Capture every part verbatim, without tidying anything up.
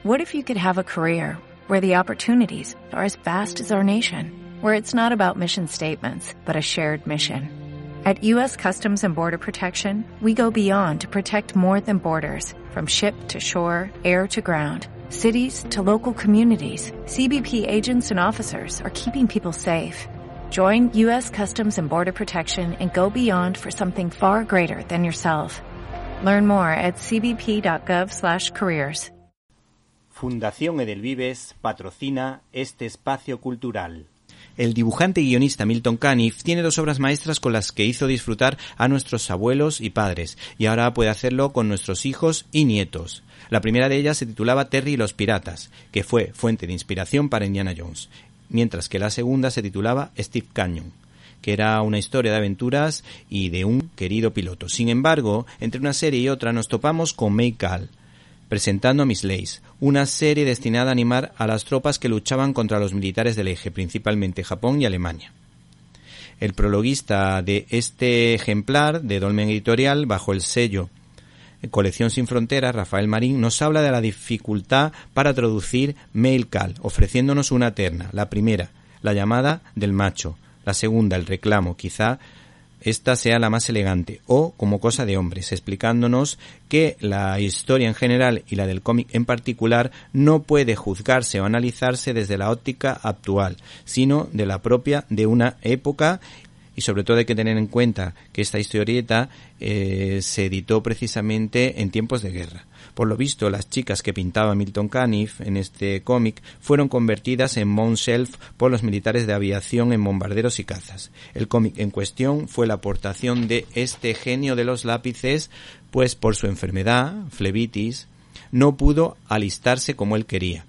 What if you could have a career where the opportunities are as vast as our nation, where it's not about mission statements, but a shared mission? At U S Customs and Border Protection, we go beyond to protect more than borders, from ship to shore, air to ground, cities to local communities. C B P agents and officers are keeping people safe. Join U S Customs and Border Protection and go beyond for something far greater than yourself. Learn more at c b p dot gov slash careers. Fundación Edelvives patrocina este espacio cultural. El dibujante y guionista Milton Caniff tiene dos obras maestras con las que hizo disfrutar a nuestros abuelos y padres, y ahora puede hacerlo con nuestros hijos y nietos. La primera de ellas se titulaba Terry y los piratas, que fue fuente de inspiración para Indiana Jones, mientras que la segunda se titulaba Steve Canyon, que era una historia de aventuras y de un querido piloto. Sin embargo, entre una serie y otra nos topamos con May Call, presentando a Miss Lace, una serie destinada a animar a las tropas que luchaban contra los militares del eje, principalmente Japón y Alemania. El prologuista de este ejemplar de Dolmen Editorial, bajo el sello Colección Sin Fronteras, Rafael Marín, nos habla de la dificultad para traducir Mail Call, ofreciéndonos una terna. La primera, la llamada del macho; la segunda, el reclamo, quizá esta sea la más elegante, o como cosa de hombres, explicándonos que la historia en general y la del cómic en particular no puede juzgarse o analizarse desde la óptica actual, sino de la propia de una época. Y sobre todo hay que tener en cuenta que esta historieta eh, se editó precisamente en tiempos de guerra. Por lo visto, las chicas que pintaba Milton Caniff en este cómic fueron convertidas en Mount Shelf por los militares de aviación en bombarderos y cazas. El cómic en cuestión fue la aportación de este genio de los lápices, pues por su enfermedad, flebitis, no pudo alistarse como él quería.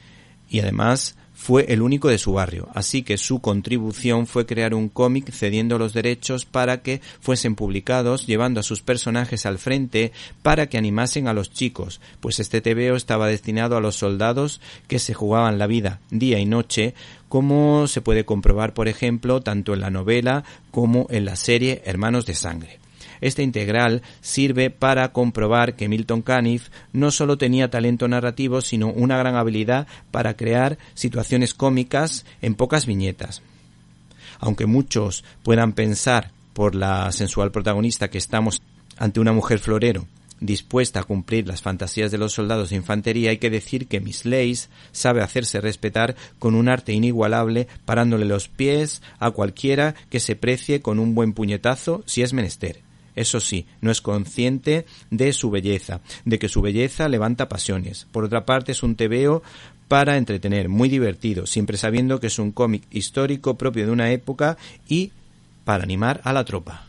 Y además fue el único de su barrio, así que su contribución fue crear un cómic cediendo los derechos para que fuesen publicados, llevando a sus personajes al frente para que animasen a los chicos, pues este tebeo estaba destinado a los soldados que se jugaban la vida día y noche, como se puede comprobar, por ejemplo, tanto en la novela como en la serie Hermanos de Sangre. Este integral sirve para comprobar que Milton Caniff no solo tenía talento narrativo, sino una gran habilidad para crear situaciones cómicas en pocas viñetas. Aunque muchos puedan pensar por la sensual protagonista que estamos ante una mujer florero dispuesta a cumplir las fantasías de los soldados de infantería, hay que decir que Miss Lace sabe hacerse respetar con un arte inigualable, parándole los pies a cualquiera que se precie con un buen puñetazo si es menester. Eso sí, no es consciente de su belleza, de que su belleza levanta pasiones. Por otra parte, es un tebeo para entretener, muy divertido, siempre sabiendo que es un cómic histórico propio de una época y para animar a la tropa.